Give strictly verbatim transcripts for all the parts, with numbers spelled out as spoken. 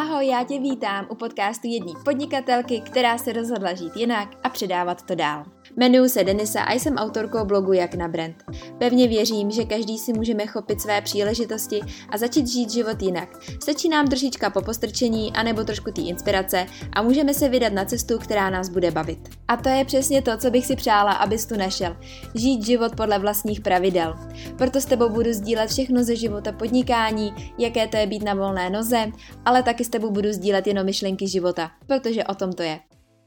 Ahoj, já tě vítám u podcastu jedné podnikatelky, která se rozhodla žít jinak a předávat to dál. Jmenuji se Denisa a jsem autorkou blogu Jak na brand. Pevně věřím, že každý si můžeme chopit své příležitosti a začít žít život jinak. Stačí nám trošička popostrčení anebo trošku té inspirace a můžeme se vydat na cestu, která nás bude bavit. A to je přesně to, co bych si přála, abys tu našel. Žít život podle vlastních pravidel. Proto s tebou budu sdílet všechno ze života podnikání, jaké to je být na volné noze, ale taky s tebou budu sdílet jenom myšlenky života, protože o tom to je.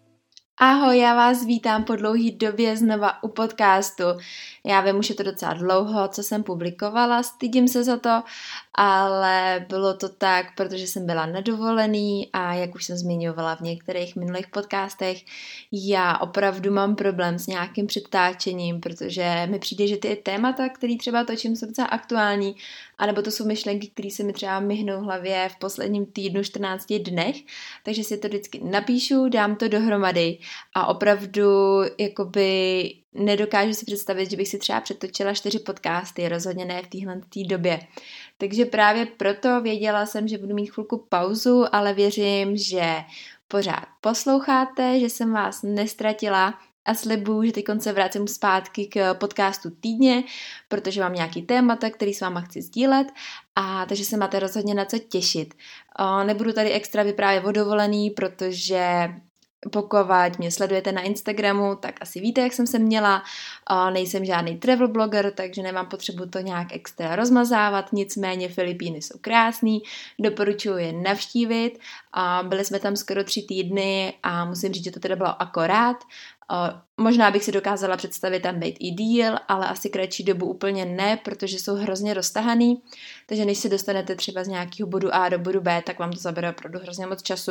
Ahoj, já vás vítám po dlouhé době znova u podcastu. Já vím, už je to docela dlouho, co jsem publikovala, stydím se za to, ale bylo to tak, protože jsem byla na dovolený a jak už jsem zmiňovala v některých minulých podcastech, já opravdu mám problém s nějakým předtáčením, protože mi přijde, že ty témata, které třeba točím, jsou docela aktuální, anebo to jsou myšlenky, které se mi třeba myhnou v hlavě v posledním týdnu, čtrnácti dnech, takže si to vždycky napíšu, dám to dohromady a opravdu jakoby nedokážu si představit, že bych si třeba přetočila čtyři podcasty, rozhodně ne v téhle době. Takže právě proto věděla jsem, že budu mít chvilku pauzu, ale věřím, že pořád posloucháte, že jsem vás nestratila a slibuju, že teď se vracím zpátky k podcastu týdně, protože mám nějaký témata, který s váma chci sdílet, a takže se máte rozhodně na co těšit. O, nebudu tady extra vyprávět o dovolený, protože pokud mě sledujete na Instagramu, tak asi víte, jak jsem se měla. O, nejsem žádný travel blogger, takže nemám potřebu to nějak extra rozmazávat, nicméně Filipíny jsou krásný, doporučuji je navštívit. O, byli jsme tam skoro tři týdny a musím říct, že to teda bylo akorát. O, možná bych si dokázala představit tam být i díl, ale asi kratší dobu úplně ne, protože jsou hrozně roztahaný, takže než se dostanete třeba z nějakého bodu A do bodu B, tak vám to zabere opravdu hrozně moc času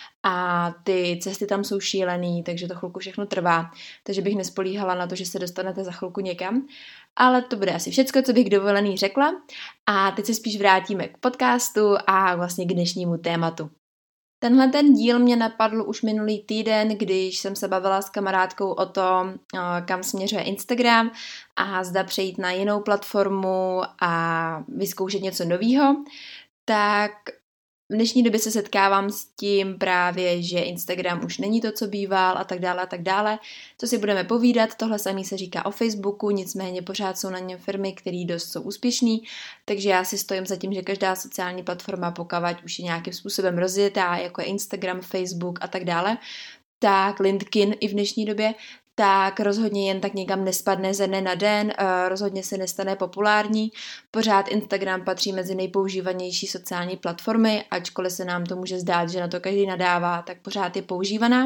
a ty cesty tam jsou šílený, takže to chvilku všechno trvá, takže bych nespolíhala na to, že se dostanete za chvilku někam, ale to bude asi všecko, co bych dovolený řekla a teď se spíš vrátíme k podcastu a vlastně k dnešnímu tématu. Tenhle ten díl mě napadl už minulý týden, když jsem se bavila s kamarádkou o tom, kam směřuje Instagram a zda přejít na jinou platformu a vyzkoušet něco nového, tak v dnešní době se setkávám s tím právě, že Instagram už není to, co býval a tak dále a tak dále. Co si budeme povídat, tohle samé se říká o Facebooku, nicméně pořád jsou na něm firmy, které dost jsou úspěšný, takže já si stojím za tím, že každá sociální platforma, pokud už je nějakým způsobem rozjetá, jako je Instagram, Facebook a tak dále, tak LinkedIn i v dnešní době, tak rozhodně jen tak někam nespadne ze dne na den, rozhodně se nestane populární. Pořád Instagram patří mezi nejpoužívanější sociální platformy, ačkoliv se nám to může zdát, že na to každý nadává, tak pořád je používaná.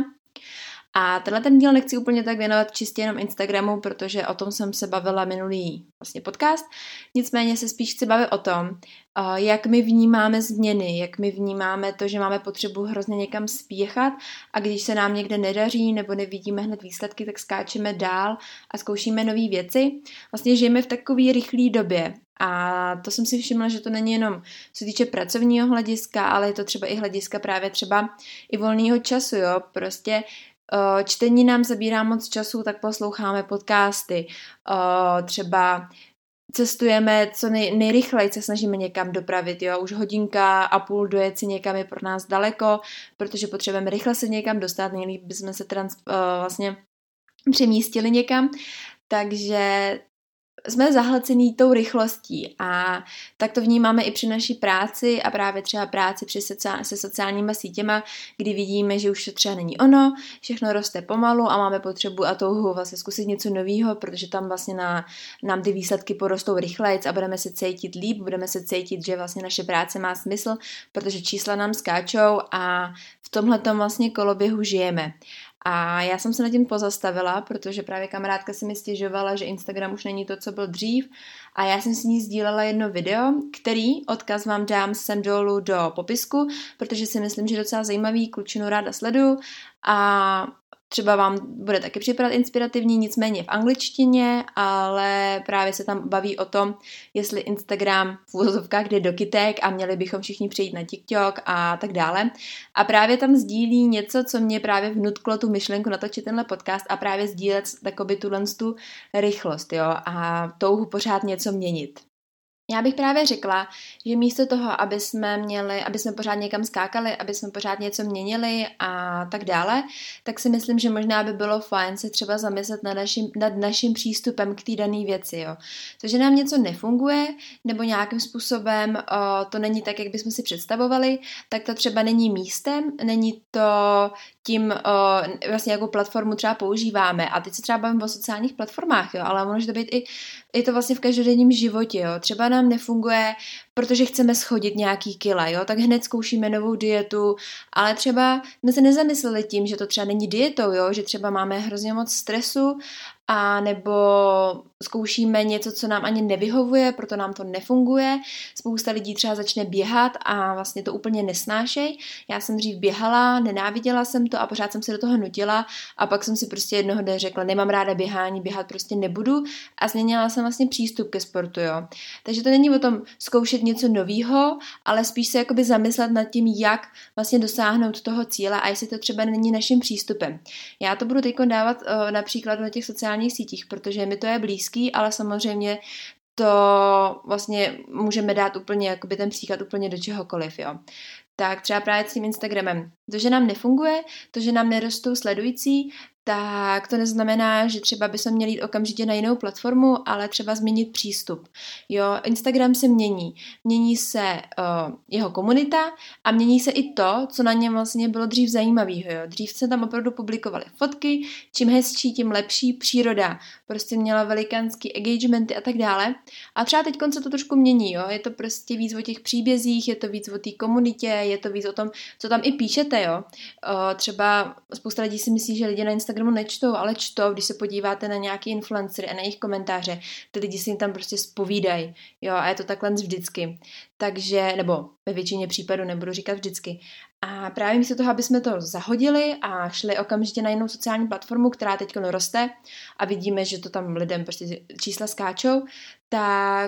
A tenhle ten díl nechci úplně tak věnovat čistě jenom Instagramu, protože o tom jsem se bavila minulý vlastně podcast. Nicméně se spíš chci bavit o tom, jak my vnímáme změny, jak my vnímáme to, že máme potřebu hrozně někam spěchat a když se nám někde nedaří nebo nevidíme hned výsledky, tak skáčeme dál a zkoušíme nové věci. Vlastně žijeme v takové rychlé době. A to jsem si všimla, že to není jenom co se týče pracovního hlediska, ale je to třeba i hlediska právě třeba i volného času, jo, prostě čtení nám zabírá moc času, tak posloucháme podcasty, třeba cestujeme co nej, nejrychleji, se snažíme někam dopravit, jo, už hodinka a půl dojet si někam je pro nás daleko, protože potřebujeme rychle se někam dostat, nejlíp bychom se trans, vlastně přemístili někam, takže jsme zahlcený tou rychlostí a tak to vnímáme i při naší práci a právě třeba práci při sociál- se sociálníma sítěma, kdy vidíme, že už to třeba není ono, všechno roste pomalu a máme potřebu a touhu vlastně zkusit něco nového, protože tam vlastně na, nám ty výsledky porostou rychlejc a budeme se cítit líp, budeme se cítit, že vlastně naše práce má smysl, protože čísla nám skáčou a v tomhletom vlastně koloběhu žijeme. A já jsem se nad tím pozastavila, protože právě kamarádka si mi stěžovala, že Instagram už není to, co byl dřív a já jsem s ní sdílela jedno video, který odkaz vám dám sem dolů do popisku, protože si myslím, že je docela zajímavý, klučinu ráda sleduju a třeba vám bude taky připadat inspirativní, nicméně v angličtině, ale právě se tam baví o tom, jestli Instagram v úvozovkách jde do kytek a měli bychom všichni přejít na TikTok a tak dále. A právě tam sdílí něco, co mě právě vnutklo tu myšlenku natočit tenhle podcast a právě sdílet takoby tuhle tu rychlost, jo, a touhu pořád něco měnit. Já bych právě řekla, že místo toho, aby jsme měli, aby jsme pořád někam skákali, aby jsme pořád něco měnili a tak dále, tak si myslím, že možná by bylo fajn se třeba zamyslet nad naším, nad naším přístupem k té dané věci. Jo. To, že nám něco nefunguje, nebo nějakým způsobem o, to není tak, jak bychom si představovali, tak to třeba není místem, není to tím, o, vlastně jakou platformu třeba používáme. A teď se třeba bavím o sociálních platformách, jo, ale může to být i, i to vlastně v každodenním životě. Jo. Třeba nám nefunguje, protože chceme schodit nějaký kila, jo, tak hned zkoušíme novou dietu, ale třeba jsme se nezamysleli tím, že to třeba není dietou, jo, že třeba máme hrozně moc stresu a nebo zkoušíme něco, co nám ani nevyhovuje, proto nám to nefunguje. Spousta lidí třeba začne běhat a vlastně to úplně nesnášej. Já jsem dřív běhala, nenáviděla jsem to a pořád jsem se do toho nutila a pak jsem si prostě jednoho dne řekla, nemám ráda běhání, běhat prostě nebudu a změnila jsem vlastně přístup ke sportu, jo. Takže to není o tom zkoušet něco novýho, ale spíš se jakoby zamyslet nad tím, jak vlastně dosáhnout toho cíle a jestli to třeba není naším přístupem. Já to budu teď dávat uh, například na těch sociálních sítích, protože mi to je blízký, ale samozřejmě to vlastně můžeme dát úplně, jakoby ten příklad úplně do čehokoliv, jo. Tak třeba právě s tím Instagramem. To, že nám nefunguje, to, že nám nerostou sledující, tak to neznamená, že třeba bychom měli jít okamžitě na jinou platformu, ale třeba změnit přístup. Jo, Instagram se mění. Mění se uh, jeho komunita a mění se i to, co na něm vlastně bylo dřív zajímavého. Jo. Dřív se tam opravdu publikovaly fotky, čím hezčí, tím lepší, příroda. Prostě měla velikánský engagementy a tak dále. A třeba teď se to trošku mění. Jo. Je to prostě víc o těch příbězích, je to víc o té komunitě, je to víc o tom, co tam i píšete. Jo. Uh, třeba spousta lidí si myslí, že lidi na Instagramu nečtou, ale čtou, když se podíváte na nějaký influencery a na jejich komentáře, ty lidi si jim tam prostě zpovídají, jo, a je to takhle vždycky. Takže, nebo ve většině případů, nebudu říkat vždycky. A právě místo toho, aby jsme to zahodili a šli okamžitě na jinou sociální platformu, která teď roste a vidíme, že to tam lidem prostě čísla skáčou, tak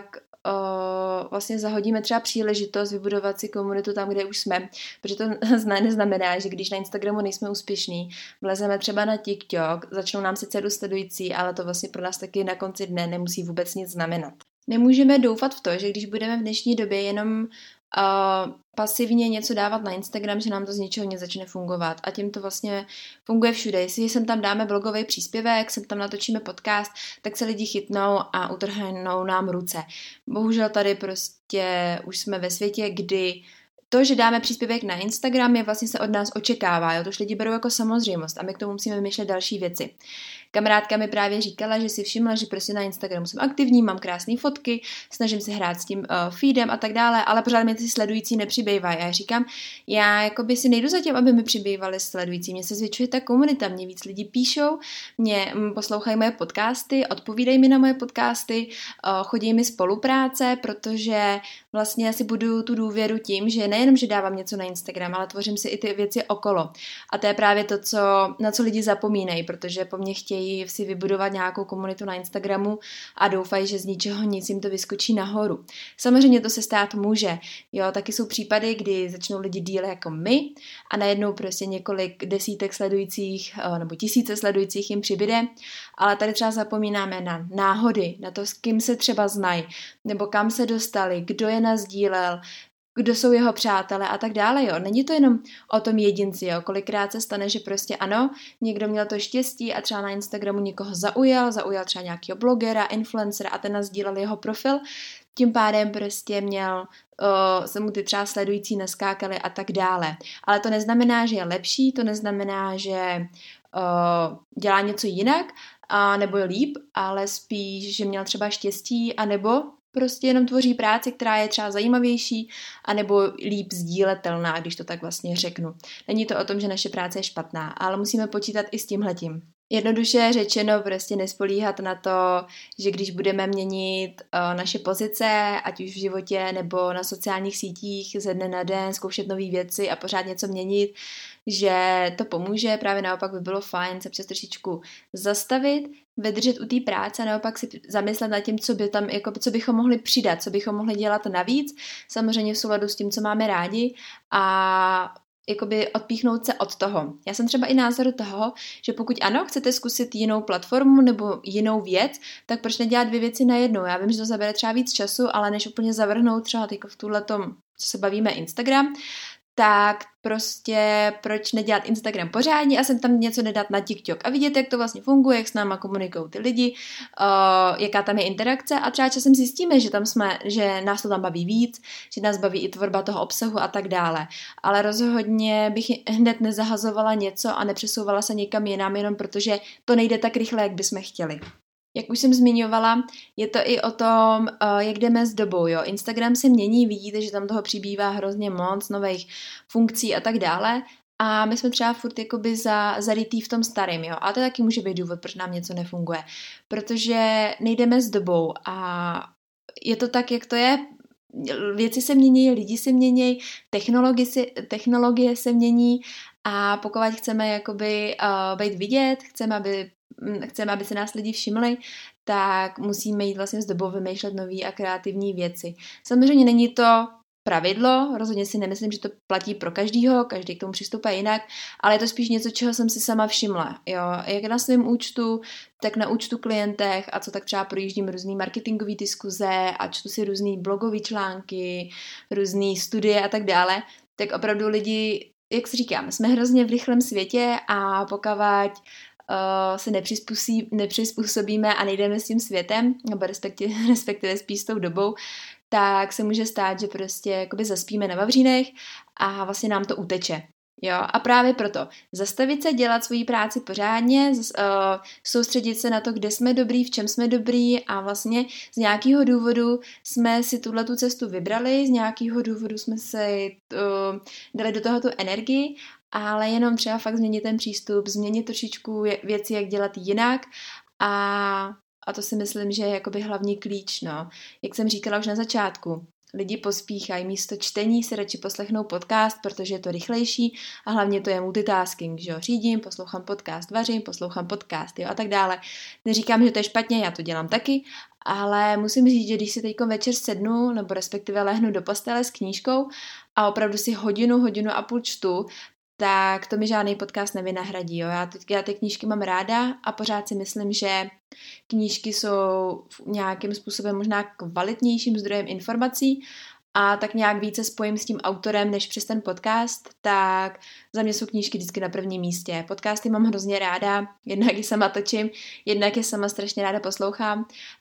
O, vlastně zahodíme třeba příležitost vybudovat si komunitu tam, kde už jsme, protože to neznamená, že když na Instagramu nejsme úspěšní, vlezeme třeba na TikTok, začnou nám sice růst sledující, ale to vlastně pro nás taky na konci dne nemusí vůbec nic znamenat. Nemůžeme doufat v to, že když budeme v dnešní době jenom Uh, pasivně něco dávat na Instagram, že nám to z ničeho nic začne fungovat. A tím to vlastně funguje všude. Jestli sem tam dáme blogový příspěvek, sem tam natočíme podcast, tak se lidi chytnou a utrhnou nám ruce. Bohužel tady prostě už jsme ve světě, kdy to, že dáme příspěvek na Instagram, je vlastně se od nás očekává. Jo? To už lidi berou jako samozřejmost a my k tomu musíme vymýšlet další věci. Kamarádka mi právě říkala, že si všimla, že prostě na Instagramu jsem aktivní, mám krásné fotky, snažím se hrát s tím uh, feedem a tak dále, ale pořád mi ty sledující nepřibývají. A já říkám, já jakoby si nejdu za tím, aby mi přibývali sledující. Mně se zvětšuje ta komunita, mě víc lidí píšou, mě m, poslouchají moje podcasty, odpovídají mi na moje podcasty, uh, chodí mi spolupráce, protože vlastně si budu tu důvěru tím, že nejenom, že dávám něco na Instagram, ale tvořím si i ty věci okolo. A to je právě to, co, na co lidi zapomínají, protože po mně chtějí si vybudovat nějakou komunitu na Instagramu a doufají, že z ničeho nic jim to vyskočí nahoru. Samozřejmě to se stát může. Jo, taky jsou případy, kdy začnou lidi dílet jako my a najednou prostě několik desítek sledujících nebo tisíce sledujících jim přibyde, ale tady třeba zapomínáme na náhody, na to, s kým se třeba znají, nebo kam se dostali, kdo je nasdílel, kdo jsou jeho přátelé a tak dále, jo. Není to jenom o tom jedinci, jo. Kolikrát se stane, že prostě ano, někdo měl to štěstí a třeba na Instagramu někoho zaujal, zaujal třeba nějakého blogera, influencera a ten nasdílel jeho profil, tím pádem prostě měl, uh, se mu ty třeba sledující naskákaly a tak dále. Ale to neznamená, že je lepší, to neznamená, že uh, dělá něco jinak, a nebo je líp, ale spíš, že měl třeba štěstí, anebo prostě jenom tvoří práci, která je třeba zajímavější, anebo líp sdíletelná, když to tak vlastně řeknu. Není to o tom, že naše práce je špatná, ale musíme počítat i s tímhletím. Jednoduše řečeno prostě nespolíhat na to, že když budeme měnit uh, naše pozice, ať už v životě nebo na sociálních sítích ze dne na den, zkoušet nové věci a pořád něco měnit, že to pomůže, právě naopak by bylo fajn se přes trošičku zastavit, vydržet u té práce a naopak si zamyslet nad tím, co by tam, jako, co bychom mohli přidat, co bychom mohli dělat navíc, samozřejmě v souladu s tím, co máme rádi a jakoby odpíchnout se od toho. Já jsem třeba i názoru toho, že pokud ano, chcete zkusit jinou platformu nebo jinou věc, tak proč nedělat dvě věci najednou? Já vím, že to zabere třeba víc času, ale než úplně zavrhnout třeba v tuhletom, co se bavíme, Instagram, tak prostě proč nedělat Instagram pořádně a sem tam něco nedat na TikTok a vidět, jak to vlastně funguje, jak s náma komunikují ty lidi, uh, jaká tam je interakce a třeba časem zjistíme, že tam jsme, že nás to tam baví víc, že nás baví i tvorba toho obsahu a tak dále. Ale rozhodně bych hned nezahazovala něco a nepřesouvala se někam jinam, jenom protože to nejde tak rychle, jak bychom chtěli. Jak už jsem zmiňovala, je to i o tom, jak jdeme s dobou. Jo. Instagram se mění, vidíte, že tam toho přibývá hrozně moc nových funkcí a tak dále. A my jsme třeba furt jakoby za, zarytý v tom starém. Jo. A to taky může být důvod, proč nám něco nefunguje. Protože nejdeme s dobou a je to tak, jak to je. Věci se mění, lidi se mění, technologie se, technologie se mění a pokud chceme jakoby uh, být vidět, chceme, aby chceme, aby se nás lidi všimli, tak musíme jít vlastně s dobou vymýšlet nové a kreativní věci. Samozřejmě není to pravidlo, rozhodně si nemyslím, že to platí pro každýho, každý k tomu přistupuje jinak, ale je to spíš něco, čeho jsem si sama všimla. Jo? Jak na svém účtu, tak na účtu klientech a co tak třeba projíždím různý marketingové diskuze a čtu si různý blogové články, různý studie a tak dále, tak opravdu lidi, jak si říkám, jsme hrozně v rychlém světě a pokud Uh, se nepřizpůsobíme a nejdeme s tím světem, nebo respektive, respektive spíš s tou dobou, tak se může stát, že prostě jakoby zaspíme na vavřínech a vlastně nám to uteče. Jo? A právě proto zastavit se, dělat svoji práci pořádně, uh, soustředit se na to, kde jsme dobrý, v čem jsme dobrý a vlastně z nějakého důvodu jsme si tuhletu cestu vybrali, z nějakého důvodu jsme si uh, dali do toho tu energii, ale jenom třeba fakt změnit ten přístup, změnit trošičku věci, jak dělat jinak a, a to si myslím, že je jakoby hlavní klíč, no. Jak jsem říkala už na začátku, lidi pospíchají, místo čtení si radši poslechnou podcast, protože je to rychlejší a hlavně to je multitasking, že jo, řídím, poslouchám podcast, vařím, poslouchám podcast, jo, a tak dále. Neříkám, že to je špatně, já to dělám taky, ale musím říct, že když si teďko večer sednu, nebo respektive lehnu do postele s knížkou a opravdu si hodinu, hodinu a půl čtu, tak to mi žádný podcast nevynahradí. Jo. Já, teď, já ty knížky mám ráda a pořád si myslím, že knížky jsou nějakým způsobem možná kvalitnějším zdrojem informací a tak nějak více spojím s tím autorem než přes ten podcast, tak za mě jsou knížky vždycky na prvním místě. Podcasty mám hrozně ráda, jednak je sama točím, jednak je sama strašně ráda poslouchám,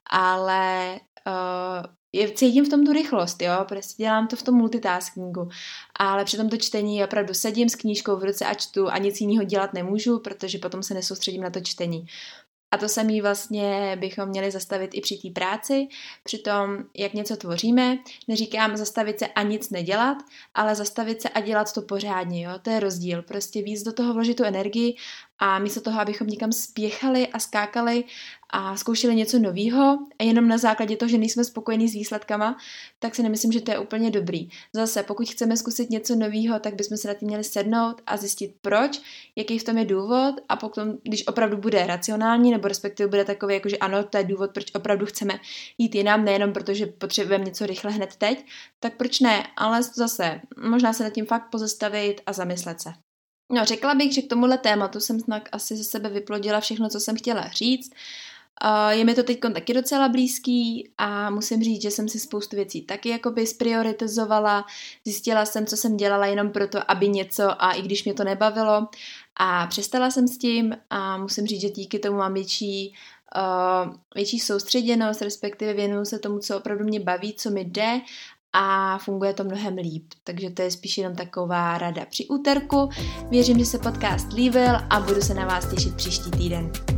ale uh, je, cítím v tom tu rychlost, jo, prostě dělám to v tom multitaskingu, ale při tom to čtení opravdu sedím s knížkou v ruce a čtu a nic jiného dělat nemůžu, protože potom se nesoustředím na to čtení. A to samé vlastně bychom měli zastavit i při té práci, při tom, jak něco tvoříme. Neříkám zastavit se a nic nedělat, ale zastavit se a dělat to pořádně, jo? To je rozdíl. Prostě víc do toho vložit tu energii a místo toho, abychom někam spěchali a skákali a zkoušeli něco nového a jenom na základě toho, že nejsme spokojení s výsledkama, tak si nemyslím, že to je úplně dobrý. Zase, pokud chceme zkusit něco nového, tak bychom se na tím měli sednout a zjistit proč, jaký v tom je důvod a potom, když opravdu bude racionální, nebo respektive bude takový, jako že ano, to je důvod, proč opravdu chceme jít jinam, nejenom protože potřebujeme něco rychle hned teď, tak proč ne, ale zase, možná se nad tím fakt pozastavit a zamyslet se. No, řekla bych, že k tomuhle tématu jsem snad asi ze sebe vyplodila všechno, co jsem chtěla říct. Je mi to teď taky docela blízký a musím říct, že jsem si spoustu věcí taky jakoby zprioritizovala. Zjistila jsem, co jsem dělala jenom proto, aby něco a i když mě to nebavilo a přestala jsem s tím a musím říct, že díky tomu mám větší, uh, větší soustředěnost, respektive věnuju se tomu, co opravdu mě baví, co mi jde a funguje to mnohem líp. Takže to je spíš jenom taková rada při úterku. Věřím, že se podcast líbil a budu se na vás těšit příští týden.